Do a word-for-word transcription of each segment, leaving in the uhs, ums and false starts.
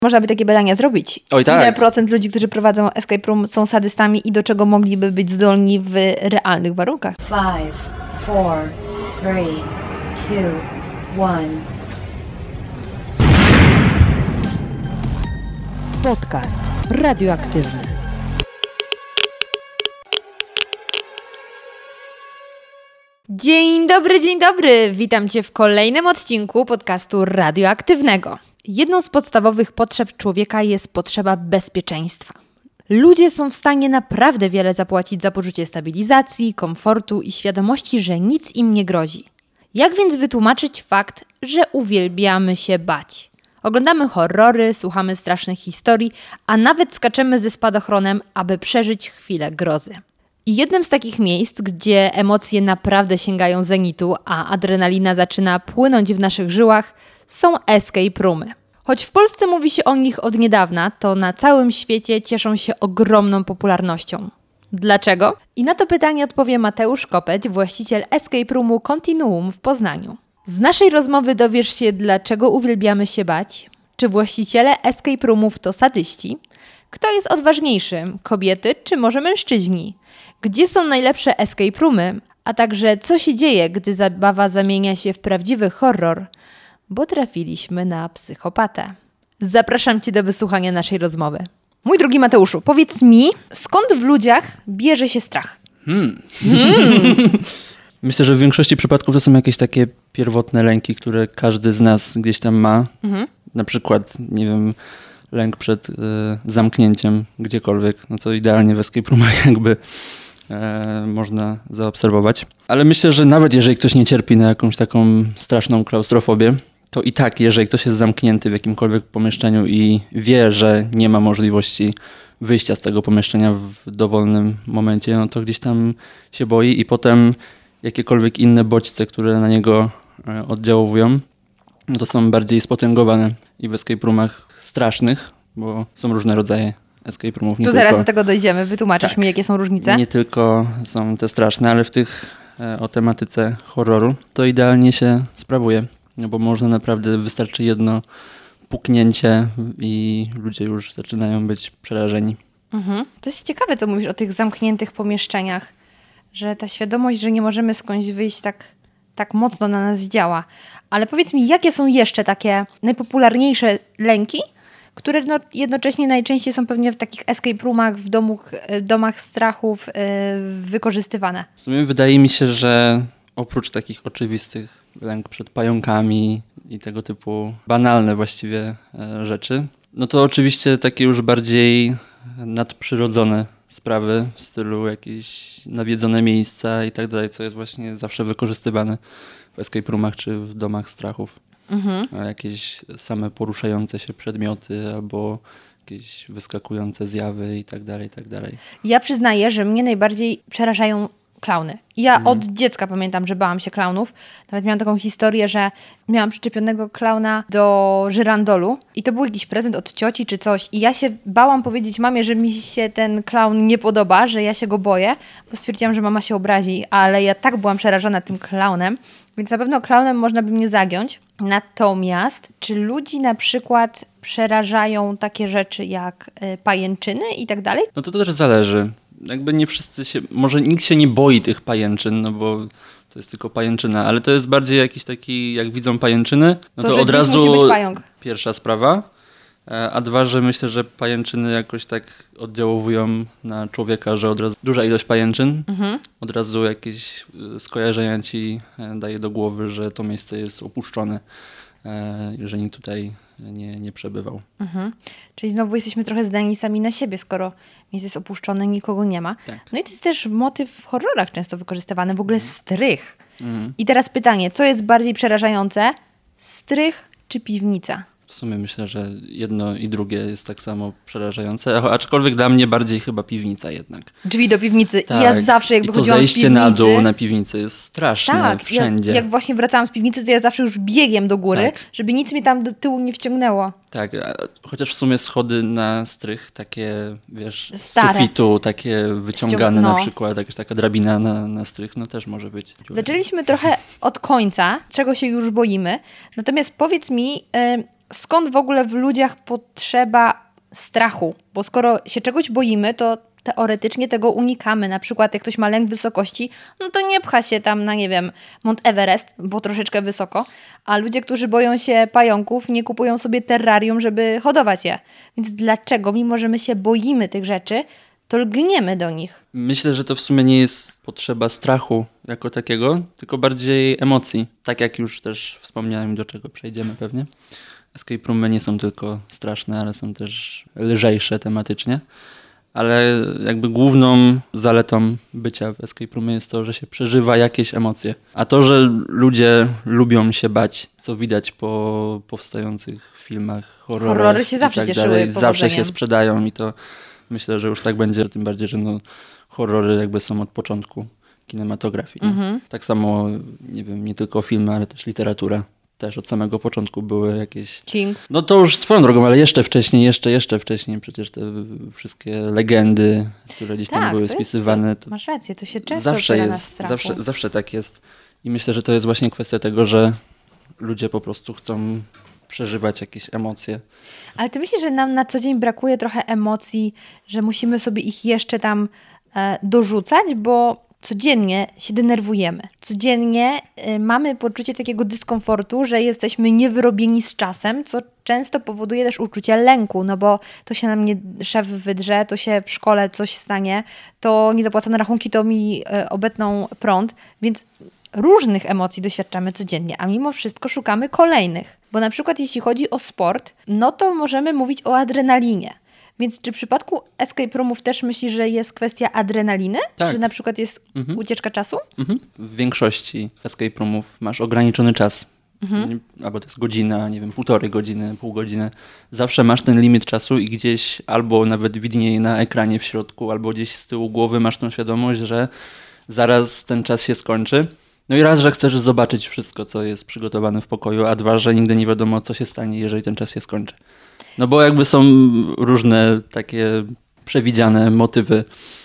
Można by takie badania zrobić. Oj, tak. Ile procent ludzi, którzy prowadzą escape room, są sadystami i do czego mogliby być zdolni w realnych warunkach? Five, four, three, two, one. Podcast radioaktywny. Dzień dobry, dzień dobry. Witam Cię w kolejnym odcinku podcastu radioaktywnego. Jedną z podstawowych potrzeb człowieka jest potrzeba bezpieczeństwa. Ludzie są w stanie naprawdę wiele zapłacić za poczucie stabilizacji, komfortu i świadomości, że nic im nie grozi. Jak więc wytłumaczyć fakt, że uwielbiamy się bać? Oglądamy horrory, słuchamy strasznych historii, a nawet skaczemy ze spadochronem, aby przeżyć chwilę grozy. I jednym z takich miejsc, gdzie emocje naprawdę sięgają zenitu, a adrenalina zaczyna płynąć w naszych żyłach, są escape roomy. Choć w Polsce mówi się o nich od niedawna, to na całym świecie cieszą się ogromną popularnością. Dlaczego? I na to pytanie odpowie Mateusz Kopeć, właściciel escape roomu Continuum w Poznaniu. Z naszej rozmowy dowiesz się, dlaczego uwielbiamy się bać, czy właściciele escape roomów to sadyści, kto jest odważniejszy, kobiety czy może mężczyźni, gdzie są najlepsze escape roomy, a także co się dzieje, gdy zabawa zamienia się w prawdziwy horror, bo trafiliśmy na psychopatę. Zapraszam Cię do wysłuchania naszej rozmowy. Mój drogi Mateuszu, powiedz mi, skąd w ludziach bierze się strach? Hmm. Hmm. Myślę, że w większości przypadków to są jakieś takie pierwotne lęki, które każdy z nas gdzieś tam ma. Mhm. Na przykład, nie wiem, lęk przed y, zamknięciem gdziekolwiek, no co idealnie w escape roomach jakby e, można zaobserwować. Ale myślę, że nawet jeżeli ktoś nie cierpi na jakąś taką straszną klaustrofobię, to i tak, jeżeli ktoś jest zamknięty w jakimkolwiek pomieszczeniu i wie, że nie ma możliwości wyjścia z tego pomieszczenia w dowolnym momencie, no to gdzieś tam się boi i potem jakiekolwiek inne bodźce, które na niego oddziałują, no to są bardziej spotęgowane i w escape roomach strasznych, bo są różne rodzaje escape roomów. To zaraz do tego dojdziemy. Wytłumaczysz tak, mi, jakie są różnice? Nie tylko są te straszne, ale w tych e, o tematyce horroru to idealnie się sprawuje, no bo można naprawdę, wystarczy jedno puknięcie i ludzie już zaczynają być przerażeni. Mhm. To jest ciekawe, co mówisz o tych zamkniętych pomieszczeniach, że ta świadomość, że nie możemy skądś wyjść, tak, tak mocno na nas działa. Ale powiedz mi, jakie są jeszcze takie najpopularniejsze lęki, które no jednocześnie najczęściej są pewnie w takich escape roomach, w domach, domach strachów yy, wykorzystywane? W sumie wydaje mi się, że oprócz takich oczywistych lęk przed pająkami i tego typu banalne właściwie e, rzeczy, no to oczywiście takie już bardziej nadprzyrodzone sprawy w stylu jakieś nawiedzone miejsca i tak dalej, co jest właśnie zawsze wykorzystywane w escape roomach czy w domach strachów. Mhm. Jakieś same poruszające się przedmioty albo jakieś wyskakujące zjawy i tak dalej, i tak dalej. Ja przyznaję, że mnie najbardziej przerażają klauny. Ja mhm. od dziecka pamiętam, że bałam się klaunów. Nawet miałam taką historię, że miałam przyczepionego klauna do żyrandolu i to był jakiś prezent od cioci czy coś i ja się bałam powiedzieć mamie, że mi się ten klaun nie podoba, że ja się go boję, bo stwierdziłam, że mama się obrazi, ale ja tak byłam przerażona tym klaunem, więc na pewno klaunem można by mnie zagiąć. Natomiast czy ludzi na przykład przerażają takie rzeczy jak y, pajęczyny i tak dalej? No to, to też zależy. Jakby nie wszyscy się, może nikt się nie boi tych pajęczyn, no bo to jest tylko pajęczyna, ale to jest bardziej jakiś taki, jak widzą pajęczyny, no to, to od razu musi być pająk. Pierwsza sprawa, a dwa, że myślę, że pajęczyny jakoś tak oddziałują na człowieka, że od razu duża ilość pajęczyn, mhm. od razu jakieś skojarzenia ci daje do głowy, że to miejsce jest opuszczone, że nikt tutaj nie, nie przebywał. Mhm. Czyli znowu jesteśmy trochę zdani sami na siebie, skoro miejsce jest opuszczone, nikogo nie ma. Tak. No i to jest też motyw w horrorach często wykorzystywany, w ogóle mhm. strych. Mhm. I teraz pytanie, co jest bardziej przerażające? Strych czy piwnica? W sumie myślę, że jedno i drugie jest tak samo przerażające, aczkolwiek dla mnie bardziej chyba piwnica jednak. Drzwi do piwnicy. Tak. I ja zawsze jak wychodziłam z piwnicy... I to zejście na dół na piwnicy jest straszne tak, wszędzie. Ja, jak właśnie wracałam z piwnicy, to ja zawsze już biegiem do góry, tak. żeby nic mnie tam do tyłu nie wciągnęło. Tak, chociaż w sumie schody na strych, takie wiesz, Stare. z sufitu, takie wyciągane Ściąg- no. na przykład, jakaś taka drabina na, na strych, no też może być. Zaczęliśmy trochę od końca, czego się już boimy. Natomiast powiedz mi... Y- skąd w ogóle w ludziach potrzeba strachu? Bo skoro się czegoś boimy, to teoretycznie tego unikamy. Na przykład jak ktoś ma lęk wysokości, no to nie pcha się tam na, nie wiem, Mount Everest, bo troszeczkę wysoko, a ludzie, którzy boją się pająków, nie kupują sobie terrarium, żeby hodować je. Więc dlaczego, mimo że my się boimy tych rzeczy, to lgniemy do nich? Myślę, że to w sumie nie jest potrzeba strachu jako takiego, tylko bardziej emocji. Tak jak już też wspomniałem, do czego przejdziemy pewnie. Escape roomy nie są tylko straszne, ale są też lżejsze tematycznie. Ale jakby główną zaletą bycia w escape roomie jest to, że się przeżywa jakieś emocje. A to, że ludzie lubią się bać, co widać po powstających filmach, horrorach. Horrory się zawsze tak cieszyły dalej, zawsze się powodzeniem. sprzedają i to myślę, że już tak będzie, tym bardziej, że no, horrory jakby są od początku kinematografii. Mhm. Tak samo, nie wiem, nie tylko filmy, ale też literatura. Też od samego początku były jakieś... King. No to już swoją drogą, ale jeszcze wcześniej, jeszcze, jeszcze wcześniej przecież te wszystkie legendy, które gdzieś tam Tak, były to jest- spisywane. to masz rację, to się często zawsze opiera na jest, strachu. zawsze, zawsze tak jest. I myślę, że to jest właśnie kwestia tego, że ludzie po prostu chcą przeżywać jakieś emocje. Ale ty myślisz, że nam na co dzień brakuje trochę emocji, że musimy sobie ich jeszcze tam e, dorzucać, bo codziennie się denerwujemy. Codziennie e, mamy poczucie takiego dyskomfortu, że jesteśmy niewyrobieni z czasem, co często powoduje też uczucie lęku, no bo to się na mnie szef wydrze, to się w szkole coś stanie, to niezapłacone rachunki to mi e, obetną prąd, więc różnych emocji doświadczamy codziennie, a mimo wszystko szukamy kolejnych. Bo na przykład jeśli chodzi o sport, no to możemy mówić o adrenalinie. Więc czy w przypadku escape roomów też myślisz, że jest kwestia adrenaliny? Tak. Że na przykład jest Mhm. ucieczka czasu? Mhm. W większości escape roomów masz ograniczony czas. Mhm. Albo to jest godzina, nie wiem, półtorej godziny, pół godziny. Zawsze masz ten limit czasu i gdzieś albo nawet widnieje na ekranie w środku, albo gdzieś z tyłu głowy masz tą świadomość, że zaraz ten czas się skończy. No i raz, że chcesz zobaczyć wszystko, co jest przygotowane w pokoju, a dwa, że nigdy nie wiadomo, co się stanie, jeżeli ten czas się skończy. No bo jakby są różne takie przewidziane motywy.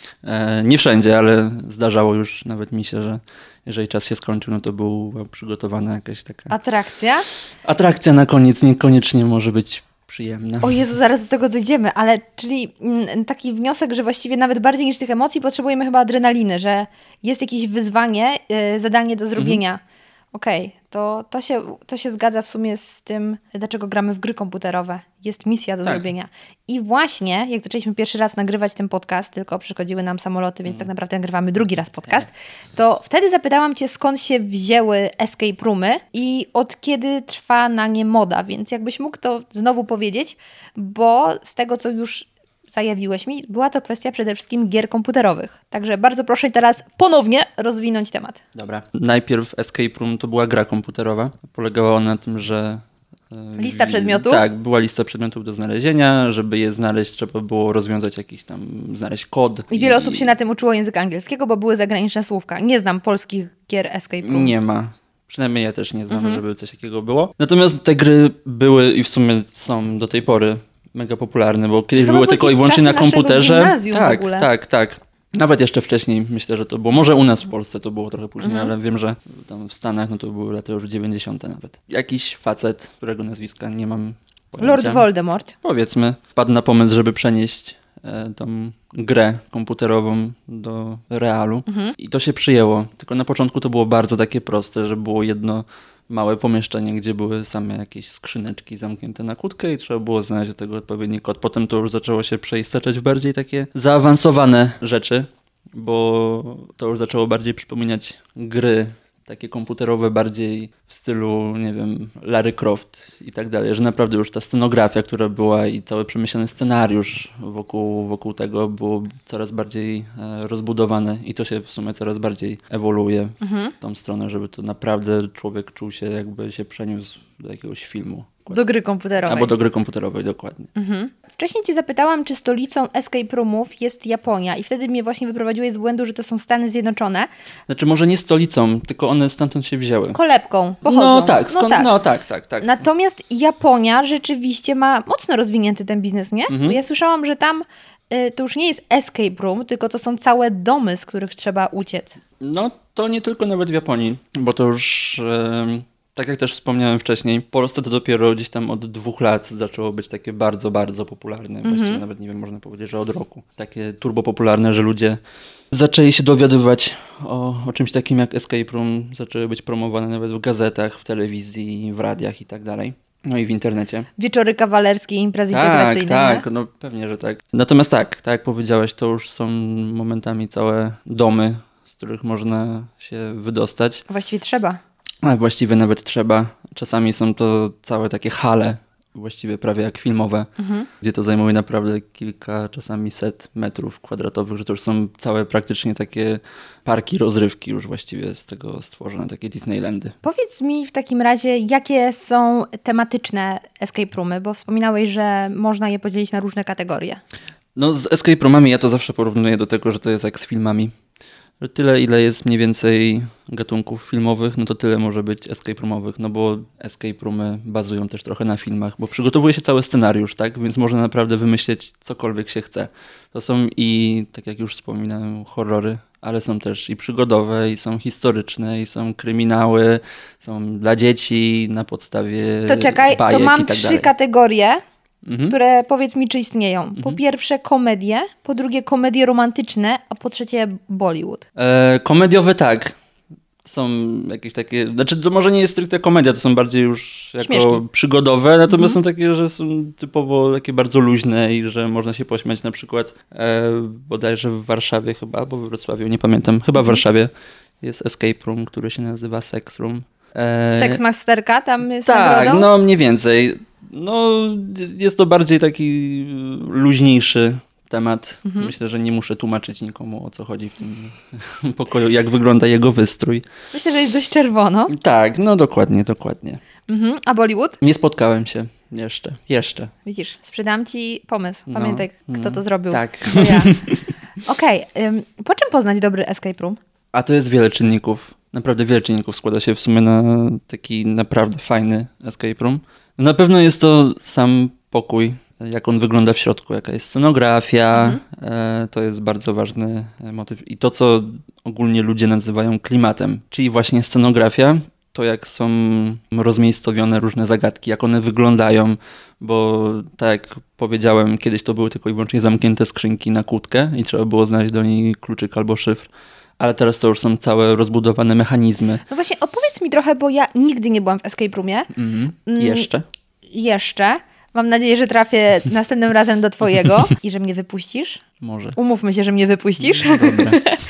E, nie wszędzie, ale zdarzało już nawet mi się, że jeżeli czas się skończył, no to była przygotowana jakaś taka Atrakcja? atrakcja na koniec, niekoniecznie może być przyjemna. O Jezu, zaraz do tego dojdziemy, ale czyli mm, taki wniosek, że właściwie nawet bardziej niż tych emocji potrzebujemy chyba adrenaliny, że jest jakieś wyzwanie, y, zadanie do zrobienia. Okej, to, to, się, to się zgadza w sumie z tym, dlaczego gramy w gry komputerowe. Jest misja do Tak. zrobienia. I właśnie, jak zaczęliśmy pierwszy raz nagrywać ten podcast, tylko przychodziły nam samoloty, więc tak naprawdę nagrywamy drugi raz podcast, to wtedy zapytałam Cię, skąd się wzięły escape roomy i od kiedy trwa na nie moda. Więc jakbyś mógł to znowu powiedzieć, bo z tego, co już zajawiłeś mi, była to kwestia przede wszystkim gier komputerowych. Także bardzo proszę teraz ponownie rozwinąć temat. Dobra. Najpierw escape room to była gra komputerowa. Polegała ona na tym, że... e, Lista przedmiotów? Tak, była lista przedmiotów do znalezienia. Żeby je znaleźć, trzeba było rozwiązać jakiś tam, znaleźć kod. I wiele osób się na tym uczyło języka angielskiego, bo były zagraniczne słówka. Nie znam polskich gier escape room. Nie ma. Przynajmniej ja też nie znam, Mhm. żeby coś takiego było. Natomiast te gry były i w sumie są do tej pory mega popularne, bo kiedyś Chyba były były tylko i jakieś wyłącznie na czasy naszego komputerze. gimnazjum w Tak, ogóle. tak, tak. Nawet jeszcze wcześniej myślę, że to było. Może u nas w Polsce to było trochę później, Mhm. ale wiem, że tam w Stanach no to były lata już dziewięćdziesiąte nawet. Jakiś facet, którego nazwiska nie mam pojęcia. Lord Voldemort. Powiedzmy, wpadł na pomysł, żeby przenieść e, tą grę komputerową do realu. Mhm. I to się przyjęło. Tylko na początku to było bardzo takie proste, że było jedno małe pomieszczenie, gdzie były same jakieś skrzyneczki zamknięte na kłódkę i trzeba było znaleźć do tego odpowiedni kod. Potem to już zaczęło się przeistaczać w bardziej takie zaawansowane rzeczy, bo to już zaczęło bardziej przypominać gry takie komputerowe, bardziej w stylu, nie wiem, Lara Croft i tak dalej, że naprawdę już ta scenografia, która była i cały przemyślany scenariusz wokół, wokół tego było coraz bardziej e, rozbudowane i to się w sumie coraz bardziej ewoluuje Mhm. w tą stronę, żeby to naprawdę człowiek czuł się, jakby się przeniósł do jakiegoś filmu. Do gry komputerowej. Albo do gry komputerowej, dokładnie. Mhm. Wcześniej Cię zapytałam, czy stolicą escape roomów jest Japonia i wtedy mnie właśnie wyprowadziłeś z błędu, że to są Stany Zjednoczone. Znaczy może nie stolicą, tylko one stamtąd się wzięły. Kolebką pochodzą. No tak, skąd, no tak, tak, tak. Natomiast Japonia rzeczywiście ma mocno rozwinięty ten biznes, nie? Mhm. Bo ja słyszałam, że tam y, to już nie jest escape room, tylko to są całe domy, z których trzeba uciec. No to nie tylko nawet w Japonii, bo to już em, Tak jak też wspomniałem wcześniej, w Polsce to dopiero gdzieś tam od dwóch lat zaczęło być takie bardzo, bardzo popularne. Właściwie mm-hmm. nawet nie wiem, można powiedzieć, że od roku. Takie turbo popularne, że ludzie zaczęli się dowiadywać o, o czymś takim jak escape room. Zaczęły być promowane nawet w gazetach, w telewizji, w radiach i tak dalej. No i w internecie. Wieczory kawalerskie, imprezy tak, integracyjne. Tak, tak, nie? no pewnie, że tak. Natomiast tak, tak jak powiedziałeś, to już są momentami całe domy, z których można się wydostać. Właściwie trzeba. A właściwie nawet trzeba. Czasami są to całe takie hale, właściwie prawie jak filmowe, mhm. gdzie to zajmuje naprawdę kilka, czasami set metrów kwadratowych, że to już są całe praktycznie takie parki rozrywki już właściwie z tego stworzone, takie Disneylandy. Powiedz mi w takim razie, jakie są tematyczne escape roomy, bo wspominałeś, że można je podzielić na różne kategorie. No z escape roomami ja to zawsze porównuję do tego, że to jest jak z filmami. Że tyle, ile jest mniej więcej gatunków filmowych, no to tyle może być escape roomowych, no bo escape roomy bazują też trochę na filmach, bo przygotowuje się cały scenariusz, tak? Więc można naprawdę wymyśleć cokolwiek się chce. To są i, tak jak już wspominałem, horrory, ale są też i przygodowe, i są historyczne, i są kryminały, są dla dzieci na podstawie To czekaj, bajek to mam i tak trzy dalej. kategorie, Mhm. które powiedz mi, czy istnieją. Po Mhm. pierwsze komedie, po drugie komedie romantyczne, a po trzecie Bollywood. E, komediowe tak. Są jakieś takie, znaczy to może nie jest stricte komedia, to są bardziej już jako Śmieszki. przygodowe, natomiast Mhm. są takie, że są typowo takie bardzo luźne i że można się pośmiać na przykład e, bodajże w Warszawie chyba, albo we Wrocławiu, nie pamiętam, chyba w Mhm. Warszawie jest escape room, który się nazywa Sex Room. E, Sex Masterka tam jest tak, nagrodą? no mniej więcej. No jest to bardziej taki luźniejszy temat. Mhm. Myślę, że nie muszę tłumaczyć nikomu, o co chodzi w tym pokoju, jak wygląda jego wystrój. Myślę, że jest dość czerwono. Tak, no dokładnie, dokładnie. Mhm. A Bollywood? Nie spotkałem się jeszcze, jeszcze. Widzisz, sprzedam ci pomysł. No, Pamiętaj, kto no, to zrobił. tak. To ja. Okej, ym, po czym poznać dobry escape room? A to jest wiele czynników. Naprawdę wiele czynników składa się w sumie na taki naprawdę fajny escape room. Na pewno jest to sam pokój, jak on wygląda w środku, jaka jest scenografia, mhm. e, to jest bardzo ważny motyw. I to, co ogólnie ludzie nazywają klimatem, czyli właśnie scenografia, to jak są rozmiejscowione różne zagadki, jak one wyglądają, bo tak jak powiedziałem, kiedyś to były tylko i wyłącznie zamknięte skrzynki na kłódkę i trzeba było znaleźć do niej kluczyk albo szyfr. Ale teraz to już są całe rozbudowane mechanizmy. No właśnie, opowiedz mi trochę, bo ja nigdy nie byłam w escape roomie. Mhm. Mm, Jeszcze? Jeszcze. Mam nadzieję, że trafię następnym razem do twojego i że mnie wypuścisz. Może. Umówmy się, że mnie wypuścisz. Dobra.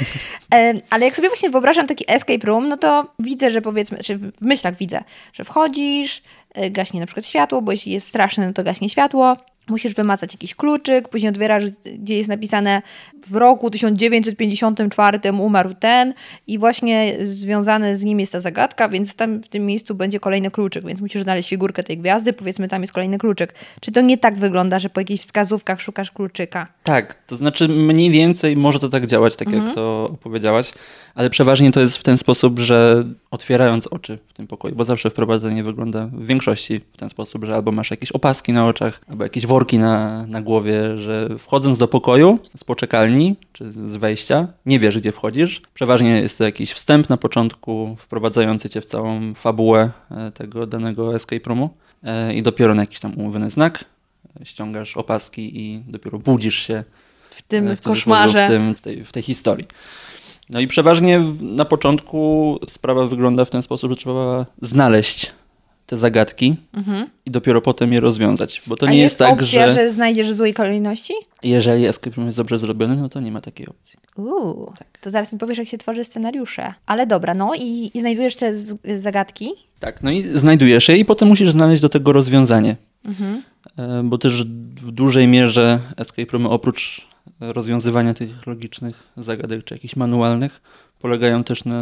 E, Ale jak sobie właśnie wyobrażam taki escape room, no to widzę, że powiedzmy, czy w myślach widzę, że wchodzisz, e, gaśnie na przykład światło, bo jeśli jest straszne, no to gaśnie światło. Musisz wymazać jakiś kluczyk, później otwierasz, gdzie jest napisane w roku tysiąc dziewięćset pięćdziesiątym czwartym umarł ten i właśnie związane z nim jest ta zagadka, więc tam w tym miejscu będzie kolejny kluczyk, więc musisz znaleźć figurkę tej gwiazdy, powiedzmy tam jest kolejny kluczyk. Czy to nie tak wygląda, że po jakichś wskazówkach szukasz kluczyka? Tak, to znaczy mniej więcej może to tak działać, tak Mhm. jak to opowiedziałaś, ale przeważnie to jest w ten sposób, że otwierając oczy w tym pokoju, bo zawsze wprowadzenie wygląda w większości w ten sposób, że albo masz jakieś opaski na oczach, albo jakieś worki na, na głowie, że wchodząc do pokoju z poczekalni czy z wejścia, nie wiesz, gdzie wchodzisz. Przeważnie jest to jakiś wstęp na początku wprowadzający cię w całą fabułę e, tego danego escape roomu e, i dopiero na jakiś tam umówiony znak ściągasz opaski i dopiero budzisz się W tym w cudzysłowie, koszmarze. W, tym, w, tej, w tej historii. No i przeważnie w- na początku sprawa wygląda w ten sposób, że trzeba znaleźć te zagadki Mhm. i dopiero potem je rozwiązać. Bo to A nie jest, jest tak, opcja, że, że znajdziesz w złej kolejności? jeżeli escape room jest dobrze zrobiony, no to nie ma takiej opcji. Uuu, to zaraz mi powiesz, jak się tworzy scenariusze. Ale dobra, no i, i znajdujesz te z, zagadki. Tak, no i znajdujesz je i potem musisz znaleźć do tego rozwiązanie. Mhm. E, Bo też w dużej mierze escape roomy oprócz rozwiązywania tych logicznych zagadek czy jakichś manualnych polegają też na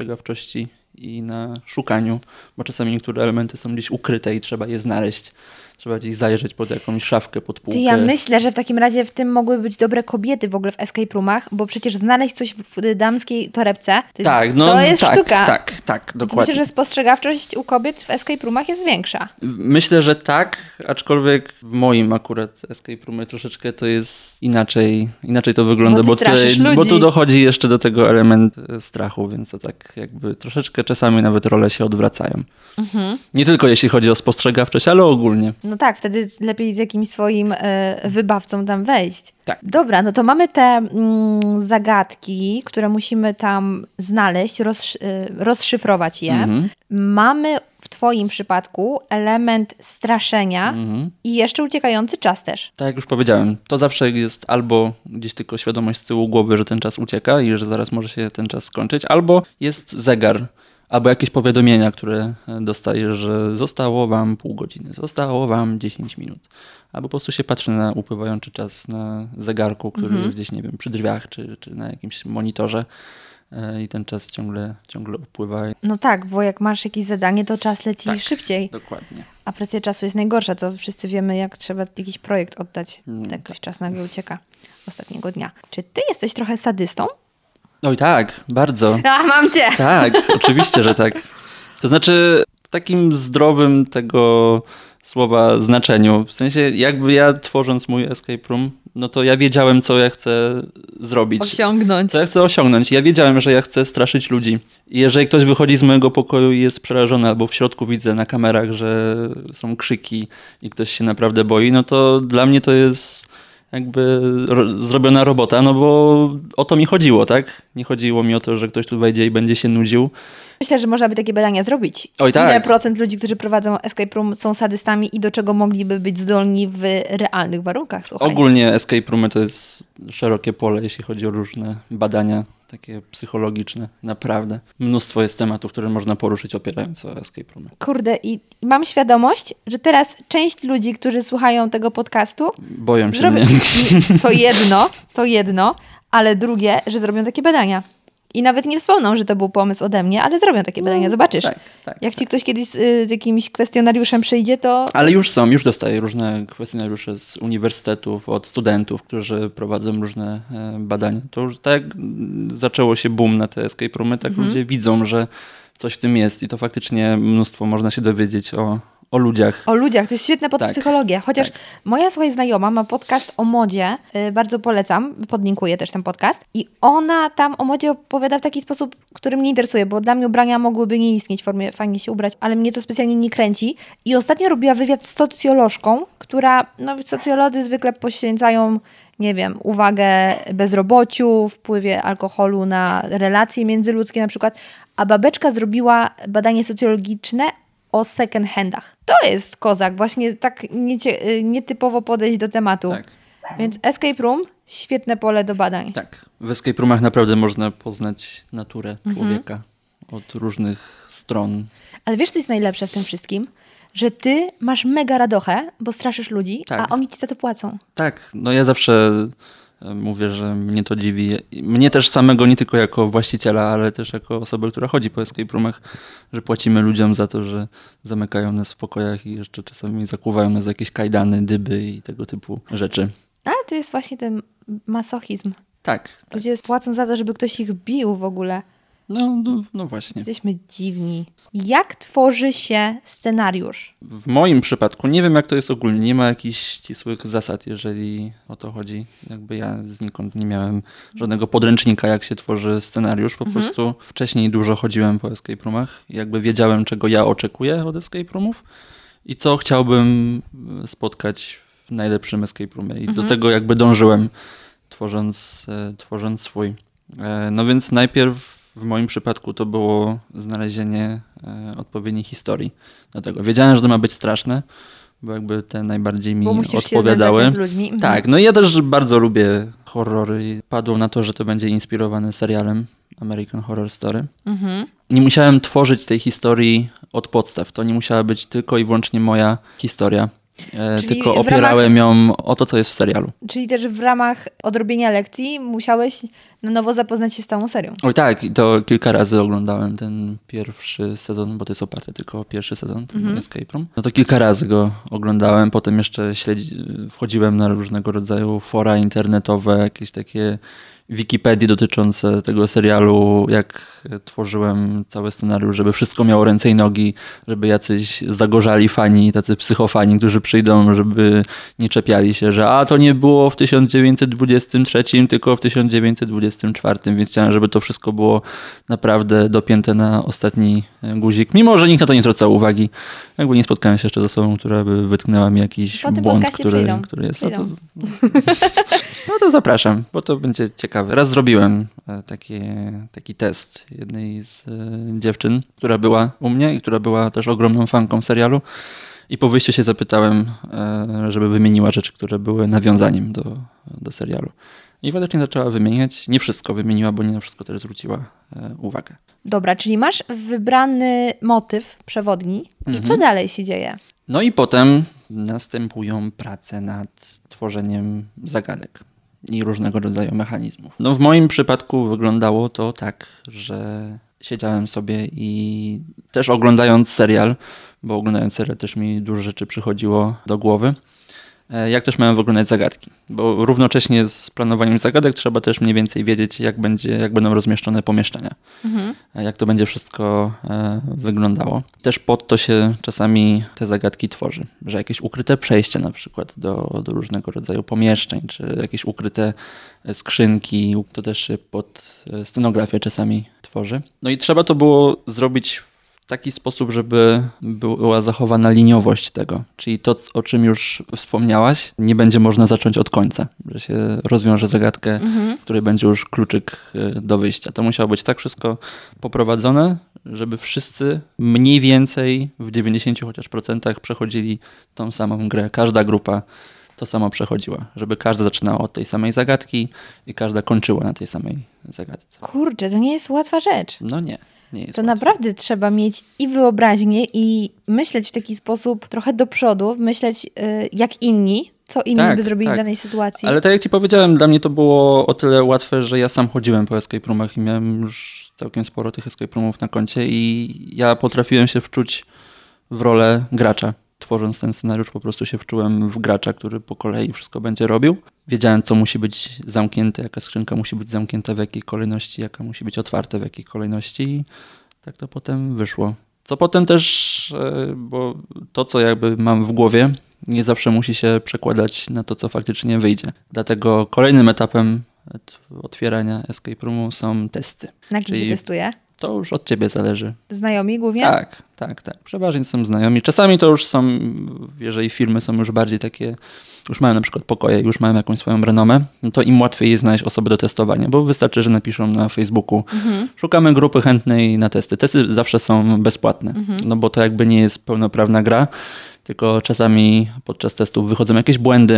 spostrzegawczości i na szukaniu, bo czasami niektóre elementy są gdzieś ukryte i trzeba je znaleźć. trzeba gdzieś zajrzeć pod jakąś szafkę, pod półkę. Ty, ja myślę, że w takim razie w tym mogły być dobre kobiety w ogóle w escape roomach, bo przecież znaleźć coś w damskiej torebce, to jest, tak, no, to jest tak, sztuka. Tak, tak, dokładnie. Myślę, że spostrzegawczość u kobiet w escape roomach jest większa. Myślę, że tak, aczkolwiek w moim akurat escape roomie troszeczkę to jest inaczej, inaczej to wygląda, bo, bo, tutaj, ludzi. bo tu dochodzi jeszcze do tego element strachu, więc to tak jakby troszeczkę czasami nawet role się odwracają. Mhm. Nie tylko jeśli chodzi o spostrzegawczość, ale ogólnie. No tak, wtedy lepiej z jakimś swoim e, wybawcą tam wejść. Tak. Dobra, no to mamy te mm, zagadki, które musimy tam znaleźć, rozsz- rozszyfrować je. Mhm. Mamy w twoim przypadku element straszenia mhm. i jeszcze uciekający czas też. Tak jak już powiedziałem, to zawsze jest albo gdzieś tylko świadomość z tyłu głowy, że ten czas ucieka i że zaraz może się ten czas skończyć, albo jest zegar. Albo jakieś powiadomienia, które dostajesz, że zostało wam pół godziny, zostało wam dziesięć minut. Albo po prostu się patrzy na upływający czas na zegarku, który mm-hmm. jest gdzieś, nie wiem, przy drzwiach czy, czy na jakimś monitorze i ten czas ciągle, ciągle upływa. No tak, bo jak masz jakieś zadanie, to czas leci tak, szybciej. Dokładnie. A presja czasu jest najgorsza, co wszyscy wiemy, jak trzeba jakiś projekt oddać. Mm, jakoś tak. Czas nagle ucieka ostatniego dnia. Czy ty jesteś trochę sadystą? Oj tak, bardzo. A, mam cię! Tak, oczywiście, że tak. To znaczy w takim zdrowym tego słowa znaczeniu. W sensie jakby ja tworząc mój escape room, no to ja wiedziałem, co ja chcę zrobić. Osiągnąć. Co ja chcę osiągnąć. Ja wiedziałem, że ja chcę straszyć ludzi. I jeżeli ktoś wychodzi z mojego pokoju i jest przerażony, albo w środku widzę na kamerach, że są krzyki i ktoś się naprawdę boi, no to dla mnie to jest jakby ro- zrobiona robota, no bo o to mi chodziło, tak? Nie chodziło mi o to, że ktoś tu wejdzie i będzie się nudził. Myślę, że można by takie badania zrobić. Oj, tak. Ile procent ludzi, którzy prowadzą escape room, są sadystami i do czego mogliby być zdolni w realnych warunkach? Słuchaj. Ogólnie escape roomy to jest szerokie pole, jeśli chodzi o różne badania takie psychologiczne. Naprawdę. Mnóstwo jest tematów, które można poruszyć opierając o escape roomy. Kurde, i mam świadomość, że teraz część ludzi, którzy słuchają tego podcastu boją się zrobią... mnie. To jedno, to jedno, ale drugie, że zrobią takie badania. I nawet nie wspomną, że to był pomysł ode mnie, ale zrobią takie badania, no, zobaczysz. Tak, tak, Jak tak. ci ktoś kiedyś z, z jakimś kwestionariuszem przyjdzie, to... Ale już są, już dostaję różne kwestionariusze z uniwersytetów, od studentów, którzy prowadzą różne e, badania. To już tak zaczęło się boom na te escape roomy, tak mhm. ludzie widzą, że coś w tym jest i to faktycznie mnóstwo można się dowiedzieć o... O ludziach. O ludziach, to jest świetne pod tak, psychologię. Chociaż tak. moja słuchaj znajoma ma podcast o modzie, yy, bardzo polecam, podlinkuję też ten podcast. I ona tam o modzie opowiada w taki sposób, który mnie interesuje, bo dla mnie ubrania mogłyby nie istnieć w formie fajnie się ubrać, ale mnie to specjalnie nie kręci. I ostatnio robiła wywiad z socjolożką, która, no socjolodzy zwykle poświęcają, nie wiem, uwagę bezrobociu, wpływie alkoholu na relacje międzyludzkie na przykład, a babeczka zrobiła badanie socjologiczne o second handach. To jest kozak, właśnie tak niecie, nietypowo podejść do tematu. Tak. Więc escape room, świetne pole do badań. Tak, w escape roomach naprawdę można poznać naturę człowieka mhm. od różnych stron. Ale wiesz, co jest najlepsze w tym wszystkim? Że ty masz mega radochę, bo straszysz ludzi, tak. a oni ci za to płacą. Tak, no ja zawsze mówię, że mnie to dziwi. Mnie też samego, nie tylko jako właściciela, ale też jako osobę, która chodzi po escape roomach, że płacimy ludziom za to, że zamykają nas w pokojach i jeszcze czasami zakuwają nas w jakieś kajdany, dyby i tego typu rzeczy. Ale to jest właśnie ten masochizm. Tak. Ludzie tak. płacą za to, żeby ktoś ich bił w ogóle. No, no, no właśnie. Jesteśmy dziwni. Jak tworzy się scenariusz? W moim przypadku, nie wiem jak to jest ogólnie, nie ma jakichś ścisłych zasad, jeżeli o to chodzi. Jakby ja znikąd nie miałem żadnego podręcznika, jak się tworzy scenariusz. Po mhm. prostu wcześniej dużo chodziłem po escape roomach. Jakby wiedziałem, czego ja oczekuję od escape roomów i co chciałbym spotkać w najlepszym escape roomie. I mhm. do tego jakby dążyłem, tworząc, tworząc swój. No więc najpierw w moim przypadku to było znalezienie e, odpowiedniej historii do tego. Wiedziałem, że to ma być straszne, bo jakby te najbardziej mi bo musisz odpowiadały. Się z ludźmi. Tak, no i ja też bardzo lubię horrory. Padło na to, że to będzie inspirowane serialem American Horror Story. Mhm. Nie musiałem tworzyć tej historii od podstaw. To nie musiała być tylko i wyłącznie moja historia. E, tylko opierałem ramach, ją o to, co jest w serialu. Czyli też w ramach odrobienia lekcji musiałeś na nowo zapoznać się z całą serią. Oj tak, i to kilka razy oglądałem ten pierwszy sezon, bo to jest oparte tylko o pierwszy sezon, ten mm-hmm. Escape Room. No to kilka razy go oglądałem, potem jeszcze śledzi, wchodziłem na różnego rodzaju fora internetowe, jakieś takie Wikipedii dotyczące tego serialu, jak tworzyłem cały scenariusz, żeby wszystko miało ręce i nogi, żeby jacyś zagorzali fani, tacy psychofani, którzy przyjdą, żeby nie czepiali się, że a to nie było w tysiąc dziewięćset dwudziestym trzecim, tylko w tysiąc dziewięćset dwudziestym czwartym, więc chciałem, żeby to wszystko było naprawdę dopięte na ostatni guzik, mimo że nikt na to nie zwracał uwagi. Jakby nie spotkałem się jeszcze z osobą, która by wytknęła mi jakiś po tym błąd, który, który jest. No to, no to zapraszam, bo to będzie ciekawe. Raz zrobiłem taki, taki test jednej z dziewczyn, która była u mnie i która była też ogromną fanką serialu. I po wyjściu się zapytałem, żeby wymieniła rzeczy, które były nawiązaniem do, do serialu. I faktycznie zaczęła wymieniać. Nie wszystko wymieniła, bo nie na wszystko też zwróciła uwagę. Dobra, czyli masz wybrany motyw przewodni. I co dalej się dzieje? No i potem następują prace nad tworzeniem zagadek i różnego rodzaju mechanizmów. No w moim przypadku wyglądało to tak, że siedziałem sobie i też oglądając serial, bo oglądając serial też mi dużo rzeczy przychodziło do głowy, jak też miałem wyglądać zagadki. Bo równocześnie z planowaniem zagadek trzeba też mniej więcej wiedzieć, jak, będzie, jak będą rozmieszczone pomieszczenia. Mhm. Jak to będzie wszystko e, wyglądało. Też pod to się czasami te zagadki tworzy. Że jakieś ukryte przejście na przykład do, do różnego rodzaju pomieszczeń, czy jakieś ukryte skrzynki, to też się pod scenografię czasami tworzy. No i trzeba to było zrobić w w taki sposób, żeby była zachowana liniowość tego. Czyli to, o czym już wspomniałaś, nie będzie można zacząć od końca. Że się rozwiąże zagadkę, mhm. w której będzie już kluczyk do wyjścia. To musiało być tak wszystko poprowadzone, żeby wszyscy mniej więcej w dziewięćdziesięciu chociaż procentach przechodzili tą samą grę. Każda grupa to samo przechodziła. Żeby każda zaczynała od tej samej zagadki i każda kończyła na tej samej zagadce. Kurczę, to nie jest łatwa rzecz. No nie. Nie jest to łatwo. Naprawdę trzeba mieć i wyobraźnię, i myśleć w taki sposób trochę do przodu, myśleć y, jak inni, co inni tak, by zrobili tak. w danej sytuacji. Ale tak jak ci powiedziałem, dla mnie to było o tyle łatwe, że ja sam chodziłem po escape roomach i miałem już całkiem sporo tych escape roomów na koncie i ja potrafiłem się wczuć w rolę gracza. Tworząc ten scenariusz po prostu się wczułem w gracza, który po kolei wszystko będzie robił. Wiedziałem, co musi być zamknięte, jaka skrzynka musi być zamknięta w jakiej kolejności, jaka musi być otwarta w jakiej kolejności i tak to potem wyszło. Co potem też, bo to, co jakby mam w głowie, nie zawsze musi się przekładać na to, co faktycznie wyjdzie. Dlatego kolejnym etapem otwierania escape roomu są testy. Na kim się testuje? To już od ciebie zależy. Znajomi głównie? Tak, tak, tak. Przeważnie są znajomi. Czasami to już są, jeżeli firmy są już bardziej takie, już mają na przykład pokoje, już mają jakąś swoją renomę, no to im łatwiej jest znaleźć osoby do testowania, bo wystarczy, że napiszą na Facebooku, mhm. szukamy grupy chętnej na testy. Testy zawsze są bezpłatne, mhm. no bo to jakby nie jest pełnoprawna gra, tylko czasami podczas testów wychodzą jakieś błędy,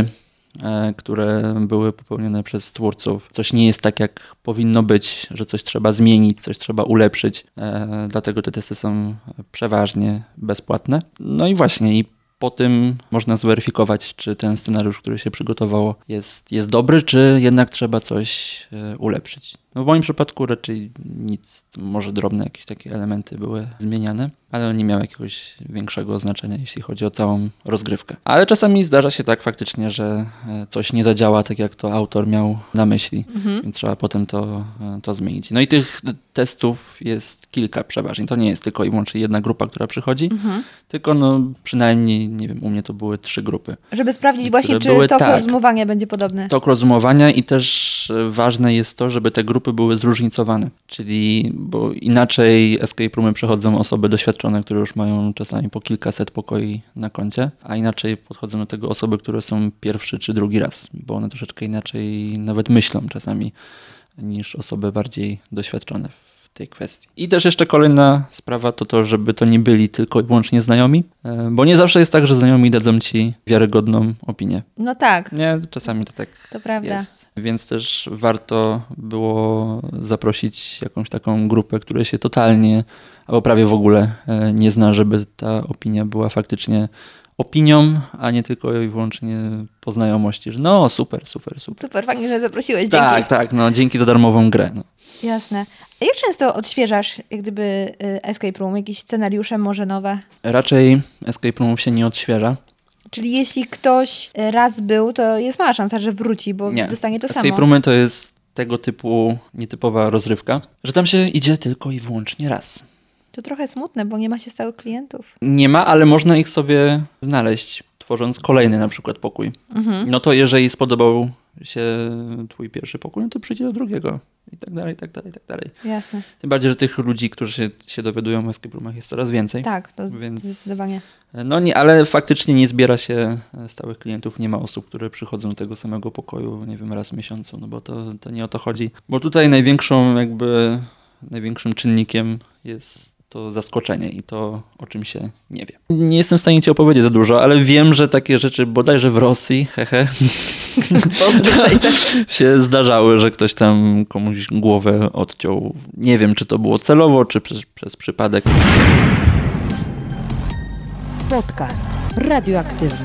które były popełnione przez twórców. Coś nie jest tak, jak powinno być, że coś trzeba zmienić, coś trzeba ulepszyć. Dlatego te testy są przeważnie bezpłatne. No i właśnie, i po tym można zweryfikować, czy ten scenariusz, który się przygotowało, jest, jest dobry, czy jednak trzeba coś ulepszyć. No w moim przypadku raczej nic, może drobne jakieś takie elementy były zmieniane, ale nie miały jakiegoś większego znaczenia, jeśli chodzi o całą rozgrywkę. Ale czasami zdarza się tak faktycznie, że coś nie zadziała tak, jak to autor miał na myśli, mhm. więc trzeba potem to, to zmienić. No i tych testów jest kilka przeważnie. To nie jest tylko i wyłącznie jedna grupa, która przychodzi, mhm. tylko no przynajmniej, nie wiem, u mnie to były trzy grupy. Żeby sprawdzić właśnie, czy były, tok tak, rozumowania będzie podobny. Tok rozumowania i też ważne jest to, żeby te grupy były zróżnicowane, czyli bo inaczej escape roomy przechodzą osoby doświadczone, które już mają czasami po kilkaset pokoi na koncie, a inaczej podchodzą do tego osoby, które są pierwszy czy drugi raz, bo one troszeczkę inaczej nawet myślą czasami niż osoby bardziej doświadczone w tej kwestii. I też jeszcze kolejna sprawa to to, żeby to nie byli tylko i wyłącznie znajomi, bo nie zawsze jest tak, że znajomi dadzą ci wiarygodną opinię. No tak. Nie, czasami to tak to prawda. Jest. Więc też warto było zaprosić jakąś taką grupę, która się totalnie albo prawie w ogóle nie zna, żeby ta opinia była faktycznie opinią, a nie tylko i wyłącznie po znajomości, że no super, super, super. Super, fajnie, że zaprosiłeś, dzięki. Tak, tak, no dzięki za darmową grę. No. Jasne. A jak często odświeżasz jak gdyby y, Escape Room, jakieś scenariusze może nowe? Raczej Escape Roomów się nie odświeża. Czyli jeśli ktoś raz był, to jest mała szansa, że wróci, bo nie. dostanie to Escape samo. Roomy to jest tego typu nietypowa rozrywka, że tam się idzie tylko i wyłącznie raz. To trochę smutne, bo nie ma się stałych klientów. Nie ma, ale można ich sobie znaleźć, tworząc kolejny na przykład pokój. Mhm. No to jeżeli spodobał się twój pierwszy pokój, no to przyjdzie do drugiego. I tak dalej, i tak dalej, i tak dalej. Jasne. Tym bardziej, że tych ludzi, którzy się, się dowiadują o escape roomach jest coraz więcej. Tak, to więc... zdecydowanie. No nie, ale faktycznie nie zbiera się stałych klientów. Nie ma osób, które przychodzą do tego samego pokoju, nie wiem, raz w miesiącu, no bo to, to nie o to chodzi. Bo tutaj największą jakby, największym czynnikiem jest to zaskoczenie i to, o czym się nie wie. Nie jestem w stanie ci opowiedzieć za dużo, ale wiem, że takie rzeczy bodajże w Rosji, hehe, się zdarzały, że ktoś tam komuś głowę odciął. Nie wiem, czy to było celowo, czy przez, przez przypadek. Podcast radioaktywny.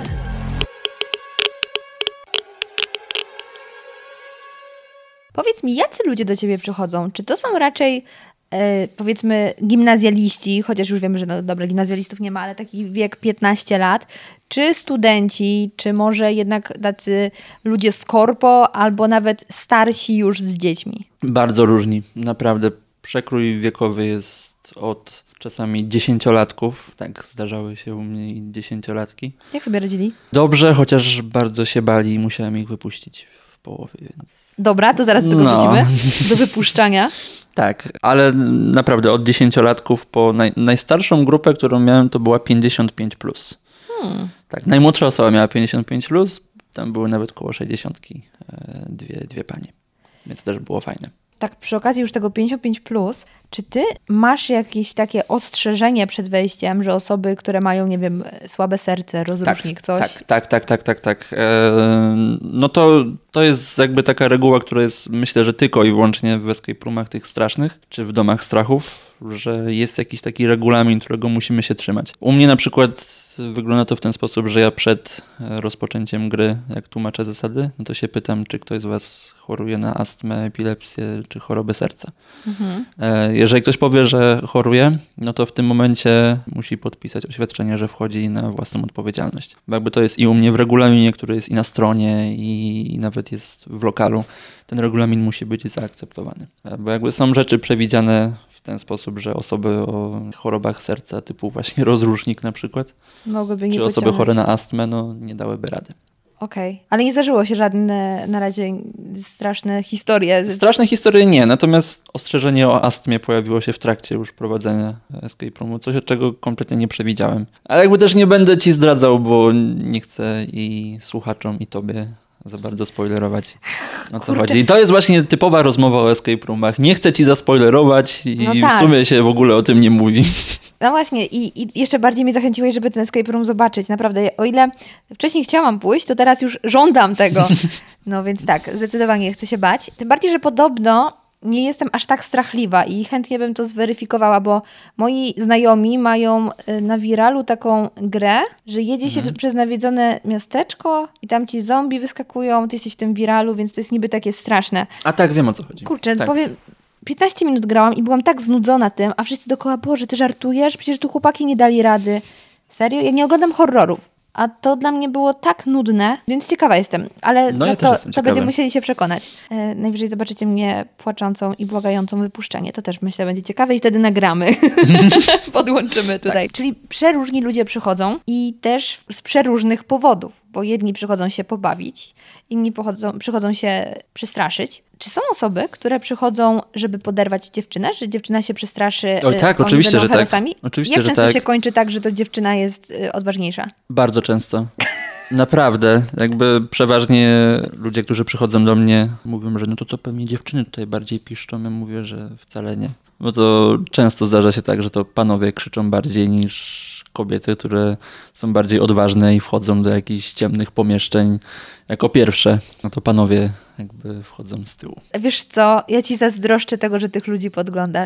Powiedz mi, jacy ludzie do ciebie przychodzą? Czy to są raczej e, powiedzmy gimnazjaliści, chociaż już wiemy, że no dobra, gimnazjalistów nie ma, ale taki wiek piętnaście lat, czy studenci, czy może jednak tacy ludzie z korpo, albo nawet starsi już z dziećmi? Bardzo różni, naprawdę. Przekrój wiekowy jest od czasami dziesięciolatków, tak zdarzały się u mnie i dziesięciolatki. Jak sobie radzili? Dobrze, chociaż bardzo się bali i musiałem ich wypuścić w połowie, więc... Dobra, to zaraz do tego no. wrócimy, do wypuszczania. Tak, ale naprawdę od dziesięciolatków po naj, najstarszą grupę, którą miałem, to była pięćdziesiąt pięć plus. Hmm. Tak, najmłodsza osoba miała pięćdziesiąt pięć plus, tam były nawet koło sześćdziesiątki, dwie, dwie panie, więc też było fajne. Tak, przy okazji już tego pięćdziesiąt pięć plus, czy ty masz jakieś takie ostrzeżenie przed wejściem, że osoby, które mają, nie wiem, słabe serce, rozrusznik, tak, coś? Tak, tak, tak, tak, tak, tak. Eee, no to, to jest jakby taka reguła, która jest, myślę, że tylko i wyłącznie w escape roomach tych strasznych, czy w domach strachów, że jest jakiś taki regulamin, którego musimy się trzymać. U mnie na przykład wygląda to w ten sposób, że ja przed rozpoczęciem gry, jak tłumaczę zasady, no to się pytam, czy ktoś z was choruje na astmę, epilepsję, czy chorobę serca. Mhm. Jeżeli ktoś powie, że choruje, no to w tym momencie musi podpisać oświadczenie, że wchodzi na własną odpowiedzialność. Bo jakby to jest i u mnie w regulaminie, który jest i na stronie, i nawet jest w lokalu, ten regulamin musi być zaakceptowany. Bo jakby są rzeczy przewidziane w ten sposób, że osoby o chorobach serca typu właśnie rozrusznik na przykład, mogłyby nie czy osoby pociągnąć. chore na astmę, no nie dałyby rady. Okej, okay. Ale nie zdarzyło się żadne na razie straszne historie? Straszne historie nie, natomiast ostrzeżenie o astmie pojawiło się w trakcie już prowadzenia escape roomu, coś od czego kompletnie nie przewidziałem. Ale jakby też nie będę ci zdradzał, bo nie chcę i słuchaczom, i tobie za bardzo spoilerować, o co chodzi. I to jest właśnie typowa rozmowa o escape roomach. Nie chcę ci zaspoilerować i no tak. W sumie się w ogóle o tym nie mówi. No właśnie i, i jeszcze bardziej mnie zachęciłeś, żeby ten escape room zobaczyć. Naprawdę, o ile wcześniej chciałam pójść, to teraz już żądam tego. No więc tak, zdecydowanie chcę się bać. Tym bardziej, że podobno nie jestem aż tak strachliwa i chętnie bym to zweryfikowała, bo moi znajomi mają na Viralu taką grę, że jedzie się mhm. przez nawiedzone miasteczko i tam ci zombie wyskakują, ty jesteś w tym Viralu, więc to jest niby takie straszne. A tak, wiem o co chodzi. Kurczę, tak. powiem... piętnaście minut grałam i byłam tak znudzona tym, a wszyscy dookoła, Boże, ty żartujesz? Przecież tu chłopaki nie dali rady. Serio? Ja nie oglądam horrorów. A to dla mnie było tak nudne, więc ciekawa jestem. Ale no ja to, to będziemy musieli się przekonać. E, najwyżej zobaczycie mnie płaczącą i błagającą wypuszczenie. To też myślę będzie ciekawe i wtedy nagramy. Podłączymy tutaj. Tak. Czyli przeróżni ludzie przychodzą i też z przeróżnych powodów, bo jedni przychodzą się pobawić, inni pochodzą, przychodzą się przestraszyć. Czy są osoby, które przychodzą, żeby poderwać dziewczynę, że dziewczyna się przestraszy? O tak, oni oczywiście, że tak. Oczywiście, Jak że często tak. się kończy tak, że to dziewczyna jest y, odważniejsza? Bardzo często. Naprawdę. Jakby przeważnie ludzie, którzy przychodzą do mnie, mówią, że no to co, pewnie dziewczyny tutaj bardziej piszczą. Ja mówię, że wcale nie. Bo to często zdarza się tak, że to panowie krzyczą bardziej niż kobiety, które są bardziej odważne i wchodzą do jakichś ciemnych pomieszczeń jako pierwsze. No to panowie jakby wchodzą z tyłu. Wiesz co, ja ci zazdroszczę tego, że tych ludzi podglądasz.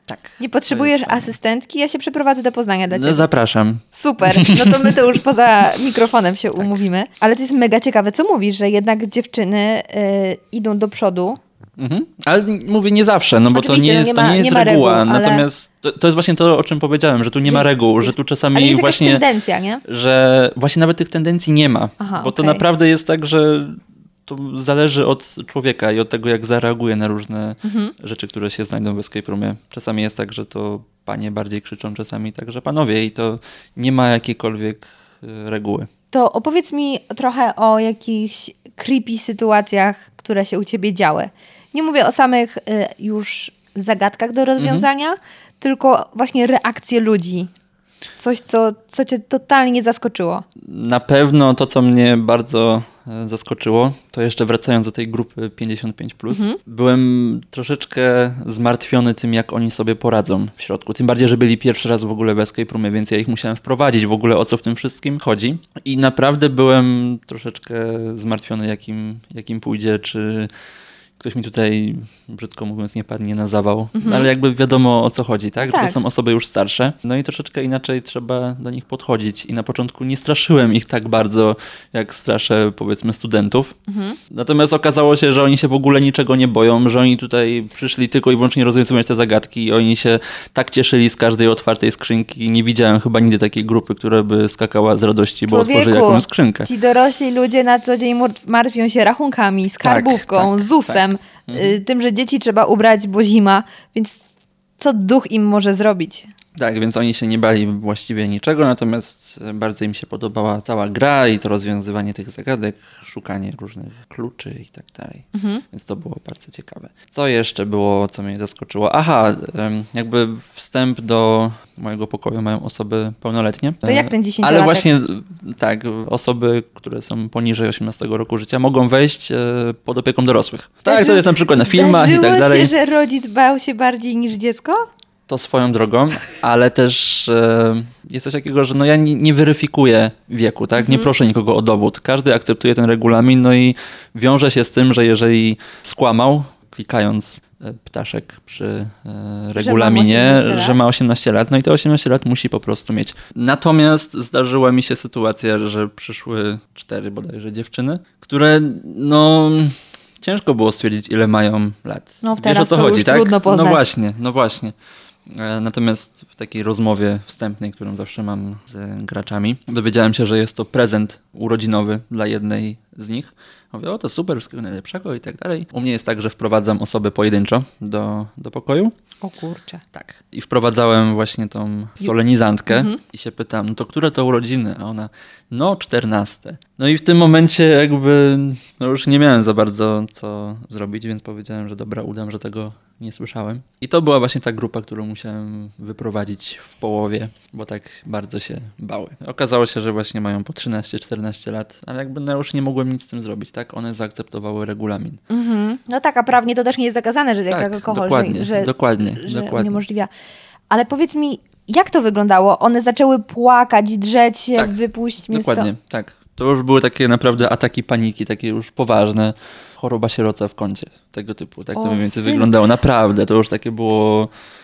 Tak. Nie potrzebujesz asystentki? Ja się przeprowadzę do Poznania dla ciebie. No, zapraszam. Super, no to my to już poza mikrofonem się tak. umówimy. Ale to jest mega ciekawe, co mówisz, że jednak dziewczyny y, idą do przodu. Mhm. Ale mówię nie zawsze, no bo Oczywiście, to nie jest, no nie ma, to nie jest nie ma reguła. reguł, ale... Natomiast to, to jest właśnie to, o czym powiedziałem, że tu nie ma reguł, że tu czasami ale jest właśnie... jakaś tendencja, nie? Że właśnie nawet tych tendencji nie ma. Aha, bo to okay. naprawdę jest tak, że to zależy od człowieka i od tego, jak zareaguje na różne mhm. rzeczy, które się znajdą w escape roomie. Czasami jest tak, że to panie bardziej krzyczą, czasami tak, że panowie i to nie ma jakiejkolwiek reguły. To opowiedz mi trochę o jakichś creepy sytuacjach, które się u ciebie działy. Nie mówię o samych y, już zagadkach do rozwiązania, mhm. tylko właśnie reakcje ludzi. Coś, co, co cię totalnie zaskoczyło. Na pewno to, co mnie bardzo zaskoczyło, to jeszcze wracając do tej grupy pięćdziesiąt pięć plus, mhm. byłem troszeczkę zmartwiony tym, jak oni sobie poradzą w środku. Tym bardziej, że byli pierwszy raz w ogóle w escape roomie, więc ja ich musiałem wprowadzić w ogóle, o co w tym wszystkim chodzi. I naprawdę byłem troszeczkę zmartwiony, jakim, jakim pójdzie, czy ktoś mi tutaj, brzydko mówiąc, nie padnie na zawał, mhm. ale jakby wiadomo, o co chodzi, tak? tak? Że to są osoby już starsze. No i troszeczkę inaczej trzeba do nich podchodzić. I na początku nie straszyłem ich tak bardzo, jak straszę, powiedzmy, studentów. Mhm. Natomiast okazało się, że oni się w ogóle niczego nie boją, że oni tutaj przyszli tylko i wyłącznie rozwiązywać te zagadki i oni się tak cieszyli z każdej otwartej skrzynki. Nie widziałem chyba nigdy takiej grupy, która by skakała z radości, bo Człowieku, otworzy jakąś skrzynkę. Ci dorośli ludzie na co dzień martwią się rachunkami, skarbówką, tak, tak, zusem, tak. y, tym, że dzieci trzeba ubrać, bo zima, więc co duch im może zrobić? Tak, więc oni się nie bali właściwie niczego, natomiast bardzo im się podobała cała gra i to rozwiązywanie tych zagadek, szukanie różnych kluczy i tak dalej. Mhm. Więc to było bardzo ciekawe. Co jeszcze było, co mnie zaskoczyło? Aha, jakby wstęp do mojego pokoju mają osoby pełnoletnie. To jak ten dziesięciolatek? Ale właśnie tak, osoby, które są poniżej osiemnastego roku życia, mogą wejść pod opieką dorosłych. Tak, to jest na przykład na filmach i tak dalej. Zdarzyło się, że rodzic bał się bardziej niż dziecko? To swoją drogą, ale też e, jest coś takiego, że no ja nie, nie weryfikuję wieku, tak? Nie mhm. proszę nikogo o dowód. Każdy akceptuje ten regulamin, no i wiąże się z tym, że jeżeli skłamał, klikając e, ptaszek przy e, regulaminie, że, że ma osiemnaście lat, no i te osiemnaście lat musi po prostu mieć. Natomiast zdarzyła mi się sytuacja, że przyszły cztery bodajże dziewczyny, które no... Ciężko było stwierdzić, ile mają lat. No Wiesz, o co to chodzi, już tak? trudno poznać. No właśnie, no właśnie. Natomiast w takiej rozmowie wstępnej, którą zawsze mam z graczami, dowiedziałem się, że jest to prezent urodzinowy dla jednej z nich. Mówię, o to super, wszystkiego najlepszego i tak dalej. U mnie jest tak, że wprowadzam osoby pojedynczo do, do pokoju. O kurczę. Tak. I wprowadzałem właśnie tą solenizantkę mhm. i się pytam, no to które to urodziny? A ona, no czternaste. No i w tym momencie jakby, no już nie miałem za bardzo co zrobić, więc powiedziałem, że dobra, udam, że tego nie słyszałem. I to była właśnie ta grupa, którą musiałem wyprowadzić w połowie, bo tak bardzo się bały. Okazało się, że właśnie mają po trzynaście czternaście lat, ale jakby no już nie mogłem nic z tym zrobić, tak? One zaakceptowały regulamin. Mhm. No tak, a prawnie to też nie jest zakazane, że tak, jak alkohol, dokładnie, że, dokładnie, że dokładnie. uniemożliwia. Ale powiedz mi, jak to wyglądało? One zaczęły płakać, drzeć się, tak, wypuść mnie dokładnie, to... tak. To już były takie naprawdę ataki paniki, takie już poważne. Choroba sieroca w kącie, tego typu. Tak to mniej więcej wyglądało. Naprawdę, to już takie było...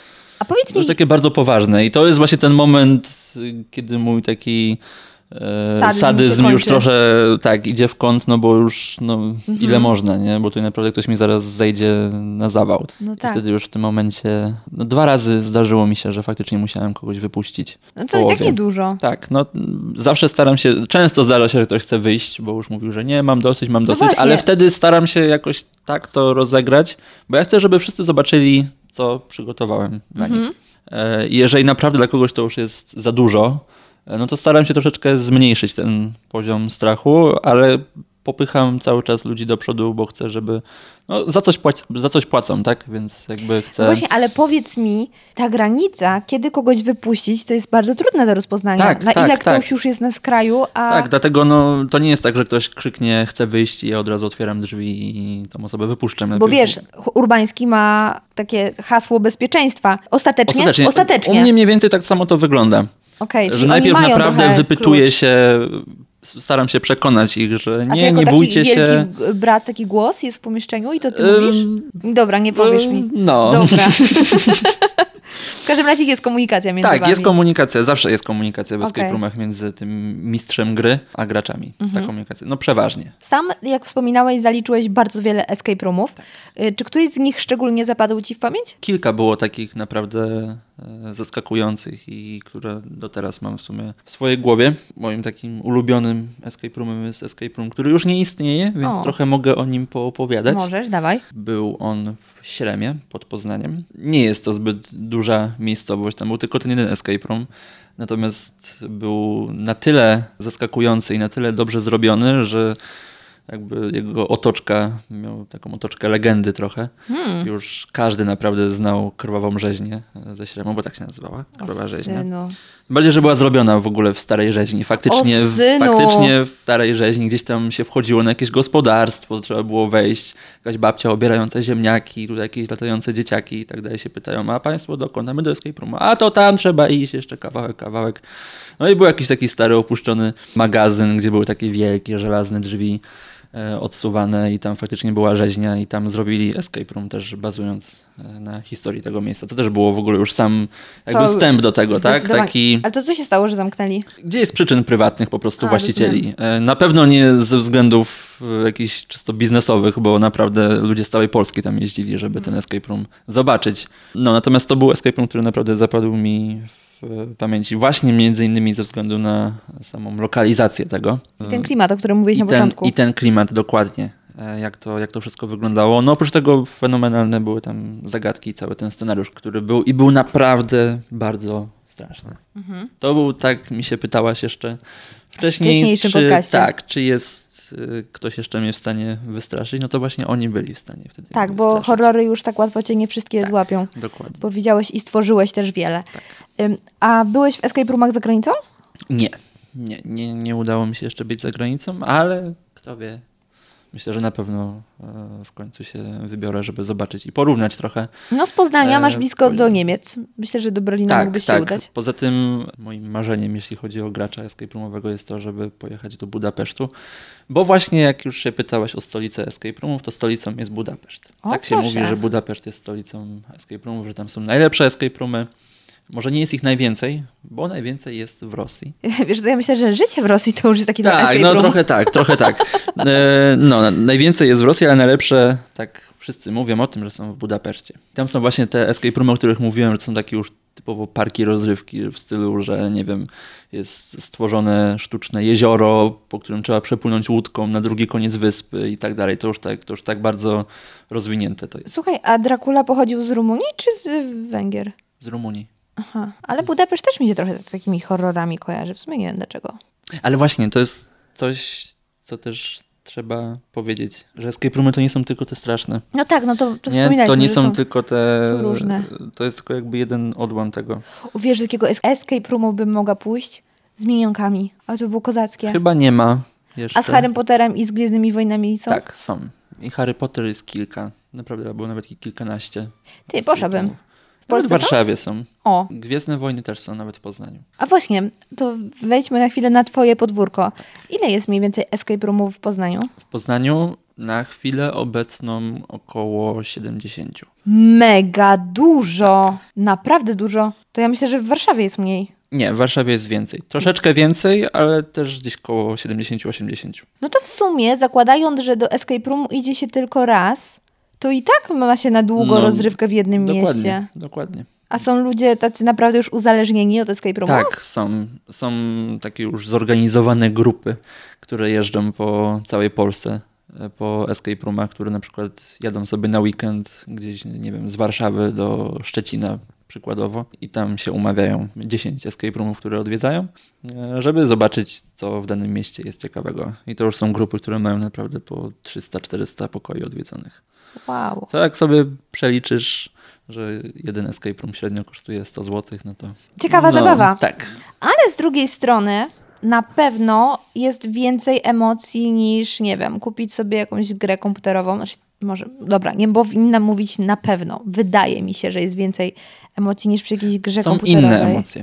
A powiedz to mi... już takie bardzo poważne. I to jest właśnie ten moment, kiedy mój taki e, sadyzm, sadyzm już trochę tak idzie w kąt, no bo już no, mhm. ile można, nie? Bo tu naprawdę ktoś mi zaraz zejdzie na zawał. No tak. I wtedy już w tym momencie, no dwa razy zdarzyło mi się, że faktycznie musiałem kogoś wypuścić. No to i tak niedużo. Tak, no zawsze staram się, często zdarza się, że ktoś chce wyjść, bo już mówił, że nie, mam dosyć, mam dosyć, no ale wtedy staram się jakoś tak to rozegrać, bo ja chcę, żeby wszyscy zobaczyli, co przygotowałem dla mhm. nich. I jeżeli naprawdę dla kogoś to już jest za dużo, no to staram się troszeczkę zmniejszyć ten poziom strachu, ale popycham cały czas ludzi do przodu, bo chcę, żeby no, za, coś płac- za coś płacą, tak? Więc jakby chcę... No właśnie, ale powiedz mi, ta granica, kiedy kogoś wypuścić, to jest bardzo trudne do rozpoznania. Tak, na tak, ile tak. ktoś już jest na skraju, a... Tak, dlatego no, to nie jest tak, że ktoś krzyknie, chce wyjść i ja od razu otwieram drzwi i tą osobę wypuszczam. Bo wiesz, Urbański ma takie hasło bezpieczeństwa. Ostatecznie? Ostatecznie. Ostatecznie. U mnie mniej więcej tak samo to wygląda. Okay, że najpierw naprawdę wypytuję klucz. się... Staram się przekonać ich, że nie, nie bójcie się. A taki wielki brat, taki głos jest w pomieszczeniu i to ty um, mówisz? Dobra, nie powiesz um, mi. No. Dobra. W każdym razie jest komunikacja między Tak, wami. jest komunikacja, zawsze jest komunikacja w Okej. escape roomach między tym mistrzem gry a graczami. Ta komunikacja, no przeważnie. Sam, jak wspominałeś, zaliczyłeś bardzo wiele escape roomów. Y, Czy któryś z nich szczególnie zapadł ci w pamięć? Kilka było takich naprawdę e, zaskakujących i które do teraz mam w sumie w swojej głowie. Moim takim ulubionym escape roomem jest escape room, który już nie istnieje, więc O. trochę mogę o nim poopowiadać. Możesz, dawaj. Był on w Śremie pod Poznaniem. Nie jest to zbyt duża miejscowość, tam był tylko ten jeden escape room. Natomiast był na tyle zaskakujący i na tyle dobrze zrobiony, że jakby jego otoczka, miał taką otoczkę legendy trochę. Hmm. Już każdy naprawdę znał Krwawą Rzeźnię ze Śremu, bo tak się nazywała, Krwawa Rzeźnia. Synu. Bardziej, że była zrobiona w ogóle w Starej Rzeźni. Faktycznie, O, w, synu. faktycznie w Starej Rzeźni gdzieś tam się wchodziło na jakieś gospodarstwo, trzeba było wejść, jakaś babcia obierająca ziemniaki, tutaj jakieś latające dzieciaki i tak dalej się pytają, a państwo dokąd? A my do escape roomu. A to tam trzeba iść, jeszcze kawałek, kawałek. No i był jakiś taki stary, opuszczony magazyn, gdzie były takie wielkie, żelazne drzwi e, odsuwane i tam faktycznie była rzeźnia i tam zrobili escape room też bazując e, na historii tego miejsca. To też było w ogóle już sam jakby To wstęp do tego, tak? Zdecydowanie. Taki... Ale to co się stało, że zamknęli? Gdzie jest przyczyn prywatnych po prostu A, właścicieli. E, Na pewno nie ze względów e, jakichś czysto biznesowych, bo naprawdę ludzie z całej Polski tam jeździli, żeby ten escape room zobaczyć. No natomiast to był escape room, który naprawdę zapadł mi w pamięci właśnie między innymi ze względu na samą lokalizację tego. I ten klimat, o którym mówiłeś I na ten, początku. I ten klimat, dokładnie. E, Jak to, jak to wszystko wyglądało. No oprócz tego fenomenalne były tam zagadki i cały ten scenariusz, który był i był naprawdę bardzo straszny. Mhm. To był, tak mi się pytałaś jeszcze wcześniej, wcześniejszym czy, podcaście. tak, czy jest y, ktoś jeszcze mnie w stanie wystraszyć, no to właśnie oni byli w stanie wtedy Tak, mnie bo wystraszyć. horrory już tak łatwo cię nie wszystkie złapią. Dokładnie. Bo widziałeś i stworzyłeś też wiele. Tak. Ym, A byłeś w escape roomach za granicą? Nie, nie, nie, nie udało mi się jeszcze być za granicą, ale kto wie. Myślę, że na pewno e, w końcu się wybiorę, żeby zobaczyć i porównać trochę. No z Poznania E, masz blisko po- do Niemiec. Myślę, że do Berlina Tak, mógłbyś tak. się udać. Poza tym moim marzeniem, jeśli chodzi o gracza escape roomowego, jest to, żeby pojechać do Budapesztu. Bo właśnie jak już się pytałaś o stolicę escape roomów, to stolicą jest Budapeszt. O, tak się proszę. mówi, że Budapeszt jest stolicą escape roomów, że tam są najlepsze escape roomy. Może nie jest ich najwięcej, bo najwięcej jest w Rosji. Wiesz co, ja myślę, że życie w Rosji to już jest taki Tak, escape no room. trochę tak, trochę tak. E, no, na- najwięcej jest w Rosji, ale najlepsze, tak wszyscy mówią o tym, że są w Budapeszcie. Tam są właśnie te escape roomy, o których mówiłem, że to są takie już typowo parki rozrywki w stylu, że nie wiem, jest stworzone sztuczne jezioro, po którym trzeba przepłynąć łódką na drugi koniec wyspy i tak dalej. To już tak, to już tak bardzo rozwinięte to jest. Słuchaj, a Dracula pochodził z Rumunii czy z Węgier? Z Rumunii. Aha, ale Budapeszt też mi się trochę z takimi horrorami kojarzy. W sumie nie wiem dlaczego. Ale właśnie, to jest coś, co też trzeba powiedzieć, że escape roomy to nie są tylko te straszne. No tak, no to, to Nie, wspominaliśmy, to nie że są tylko te... są różne. To jest tylko jakby jeden odłam tego. Uwierz, do jakiego es- escape roomu bym mogła pójść? Z minionkami. Ale to było kozackie. Chyba nie ma jeszcze. A z Harrym Potterem i z Gwiezdnymi Wojnami są? Tak, są. I Harry Potter jest kilka. Naprawdę, było nawet i kilkanaście. Ty, poszłabym. W Nawet w Polsce są? Warszawie są. O, Gwiezdne Wojny też są, nawet w Poznaniu. a właśnie, to wejdźmy na chwilę na twoje podwórko. Ile jest mniej więcej escape roomów w Poznaniu? W Poznaniu na chwilę obecną około siedemdziesiąt. Mega dużo. Naprawdę dużo. To ja myślę, że w Warszawie jest mniej. Nie, w Warszawie jest więcej. Troszeczkę więcej, ale też gdzieś koło siedemdziesiąt osiemdziesiąt. No to w sumie, zakładając, że do escape roomu idzie się tylko raz, to i tak ma się na długo No, rozrywkę w jednym Dokładnie, mieście. dokładnie. A są ludzie tacy naprawdę już uzależnieni od escape roomów? Tak, są. Są takie już zorganizowane grupy, które jeżdżą po całej Polsce, e, po escape roomach, które na przykład jadą sobie na weekend gdzieś, nie wiem, z Warszawy do Szczecina przykładowo i tam się umawiają dziesięć escape roomów, które odwiedzają, e, żeby zobaczyć, co w danym mieście jest ciekawego. I to już są grupy, które mają naprawdę po trzysta czterysta pokoi odwiedzonych. Wow. Co jak sobie przeliczysz, że jeden escape room średnio kosztuje sto złotych, no to... Ciekawa no, zabawa. Tak. Ale z drugiej strony na pewno jest więcej emocji niż, nie wiem, kupić sobie jakąś grę komputerową. Znaczy, może, dobra, nie powinnam mówić na pewno. Wydaje mi się, że jest więcej emocji niż przy jakiejś grze Są komputerowej. inne emocje.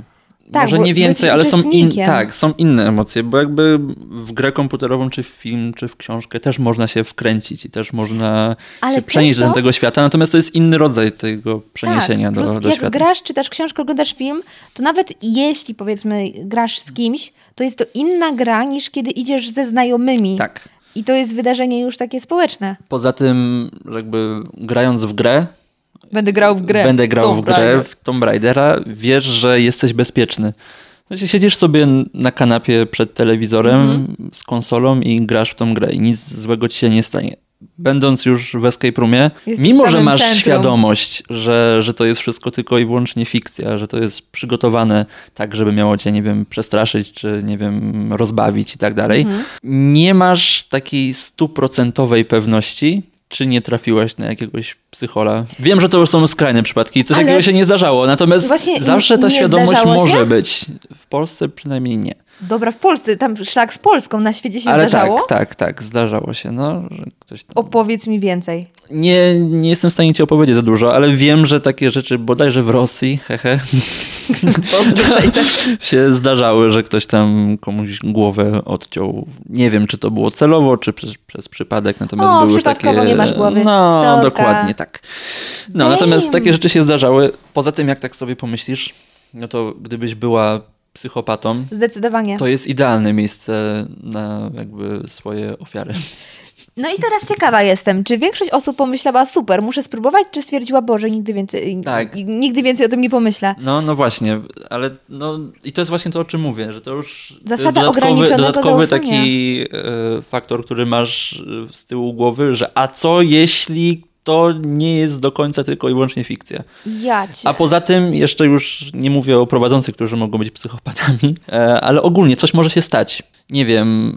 Tak, może bo- nie bo więcej, jesteś ale są, in, uczestnikiem. tak, są inne emocje, bo jakby w grę komputerową, czy w film, czy w książkę też można się wkręcić i też można Ale się przenieść często- do tego świata, natomiast to jest inny rodzaj tego przeniesienia tak, do, plus do jak świata. grasz, czytasz książkę, oglądasz film, to nawet jeśli powiedzmy grasz z kimś, to jest to inna gra niż kiedy idziesz ze znajomymi. Tak. I to jest wydarzenie już takie społeczne. Poza tym jakby grając w grę, Będę grał w grę. będę grał Tomb w grę, Raider. w Tomb Raidera, wiesz, że jesteś bezpieczny. Znaczy, siedzisz sobie na kanapie przed telewizorem Mhm. z konsolą i grasz w tą grę i nic złego ci się nie stanie. Będąc już w escape roomie, Jesteś mimo w że samym masz centrum. świadomość, że, że to jest wszystko tylko i wyłącznie fikcja, że to jest przygotowane tak, żeby miało cię, nie wiem, przestraszyć, czy nie wiem, rozbawić i tak dalej, Mhm. nie masz takiej stuprocentowej pewności, czy nie trafiłaś na jakiegoś psychola. Wiem, że to już są skrajne przypadki i coś Ale- takiego się nie zdarzało, natomiast Właśnie zawsze ta nie świadomość zdarzało się? może być. W Polsce przynajmniej nie. Dobra, w Polsce, tam szlak z Polską, na świecie się Ale zdarzało? tak, tak, tak, zdarzało się. No, że ktoś tam... Opowiedz mi więcej. nie, nie jestem w stanie ci opowiedzieć za dużo, ale wiem, że takie rzeczy bodajże w Rosji, hehe, Pozdro sześćset. się zdarzały, że ktoś tam komuś głowę odciął. Nie wiem, czy to było celowo, czy przez, przez przypadek, natomiast O, były już przypadkowo takie... nie masz głowy. No, Sorka. dokładnie tak. No, Damn. natomiast takie rzeczy się zdarzały. Poza tym, jak tak sobie pomyślisz, no to gdybyś była psychopatą, Zdecydowanie. to jest idealne miejsce na jakby swoje ofiary. No i teraz ciekawa jestem, czy większość osób pomyślała super, muszę spróbować, czy stwierdziła, Boże, nigdy więcej, Tak. i- nigdy więcej o tym nie pomyślę. No, no właśnie, ale no i to jest właśnie to, o czym mówię, że to już to Zasada jest dodatkowy, ograniczonego dodatkowy zaufania. taki e, faktor, który masz e, z tyłu głowy, że a co jeśli to nie jest do końca tylko i wyłącznie fikcja. Ja cię. A poza tym jeszcze już nie mówię o prowadzących, którzy mogą być psychopatami, e, ale ogólnie coś może się stać. Nie wiem,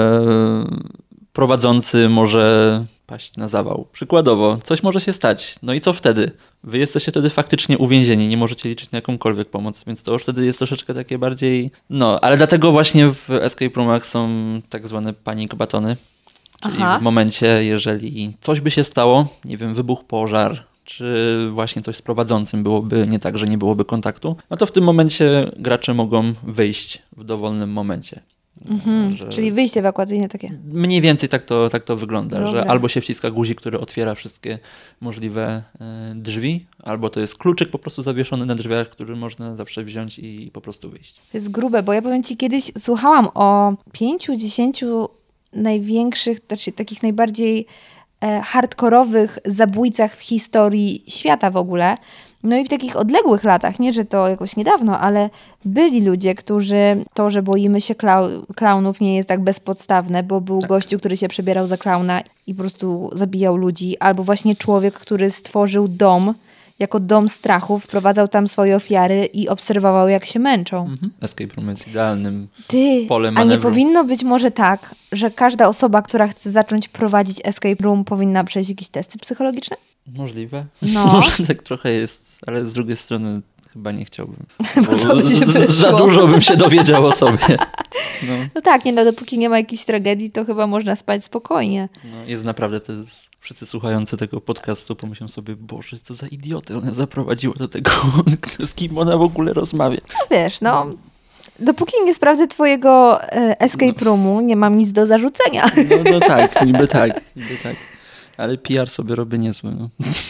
e, prowadzący może paść na zawał. Przykładowo, coś może się stać. No i co wtedy? Wy jesteście wtedy faktycznie uwięzieni, nie możecie liczyć na jakąkolwiek pomoc, więc to już wtedy jest troszeczkę takie bardziej... No, ale dlatego właśnie w escape roomach są tak zwane panic batony. Czyli Aha. w momencie, jeżeli coś by się stało, nie wiem, wybuch pożar, czy właśnie coś z prowadzącym byłoby nie tak, że nie byłoby kontaktu, no to w tym momencie gracze mogą wyjść w dowolnym momencie. Mhm. Że Czyli wyjście ewakuacyjne takie. mniej więcej tak to, tak to wygląda, Dobra. że albo się wciska guzik, który otwiera wszystkie możliwe e, drzwi, albo to jest kluczyk po prostu zawieszony na drzwiach, który można zawsze wziąć i po prostu wyjść. To jest grube, bo ja powiem ci, kiedyś słuchałam o pięciu, dziesięciu największych, znaczy takich najbardziej e, hardkorowych zabójcach w historii świata w ogóle. No i w takich odległych latach, nie, że to jakoś niedawno, ale byli ludzie, którzy to, że boimy się klau- klaunów nie jest tak bezpodstawne, bo był gościu, który się przebierał za klauna i po prostu zabijał ludzi, albo właśnie człowiek, który stworzył dom, jako dom strachu, wprowadzał tam swoje ofiary i obserwował, jak się męczą. Mhm. Escape room jest idealnym Ty, polem a nie manewru. powinno być może tak, że każda osoba, która chce zacząć prowadzić escape room, powinna przejść jakieś testy psychologiczne? Możliwe. No. Może tak trochę jest, ale z drugiej strony chyba nie chciałbym. Bo co by się z- z- za wyszło? dużo bym się dowiedział o sobie. No, No tak, nie, no dopóki nie ma jakiejś tragedii, to chyba można spać spokojnie. no jest naprawdę, to jest, wszyscy słuchający tego podcastu pomyślą sobie, Boże, co za idioty ona zaprowadziła do tego, z kim ona w ogóle rozmawia. No wiesz, no, dopóki nie sprawdzę twojego e, escape roomu, nie mam nic do zarzucenia. No, no tak, niby tak, niby tak. Ale P R sobie robię niezły. No.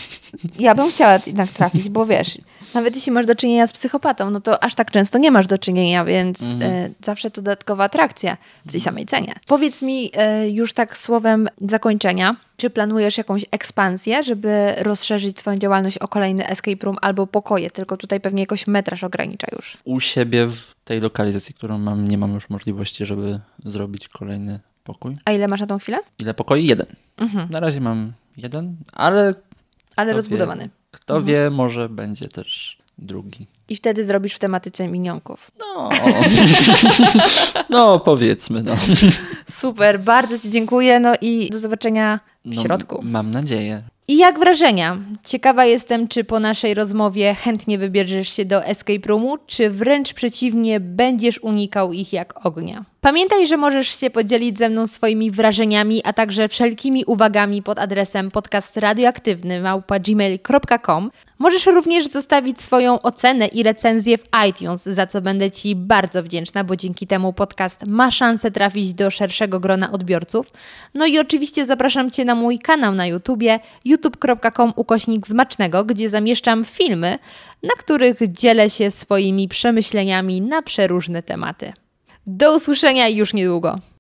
Ja bym chciała jednak trafić, bo wiesz, nawet jeśli masz do czynienia z psychopatą, no to aż tak często nie masz do czynienia, więc e, zawsze to dodatkowa atrakcja w tej samej cenie. Powiedz mi e, już tak słowem zakończenia, czy planujesz jakąś ekspansję, żeby rozszerzyć swoją działalność o kolejny escape room albo pokoje, tylko tutaj pewnie jakoś metraż ogranicza już. U siebie w tej lokalizacji, którą mam, nie mam już możliwości, żeby zrobić kolejny pokój. A ile masz na tą chwilę? Ile pokoi? Jeden. Mhm. Na razie mam jeden, ale Ale Kto rozbudowany. Wie, kto wie, może będzie też drugi. I wtedy zrobisz w tematyce minionków. No, no powiedzmy. No. Super, bardzo ci dziękuję, no i do zobaczenia w No, środku. Mam nadzieję. I jak wrażenia? Ciekawa jestem, czy po naszej rozmowie chętnie wybierzesz się do escape roomu, czy wręcz przeciwnie, będziesz unikał ich jak ognia. Pamiętaj, że możesz się podzielić ze mną swoimi wrażeniami, a także wszelkimi uwagami pod adresem podcast radioaktywny małpa gmail kropka com. Możesz również zostawić swoją ocenę i recenzję w iTunes, za co będę Ci bardzo wdzięczna, bo dzięki temu podcast ma szansę trafić do szerszego grona odbiorców. No i oczywiście zapraszam Cię na mój kanał na YouTubie youtube kropka com ukośnik smacznego, gdzie zamieszczam filmy, na których dzielę się swoimi przemyśleniami na przeróżne tematy. Do usłyszenia już niedługo.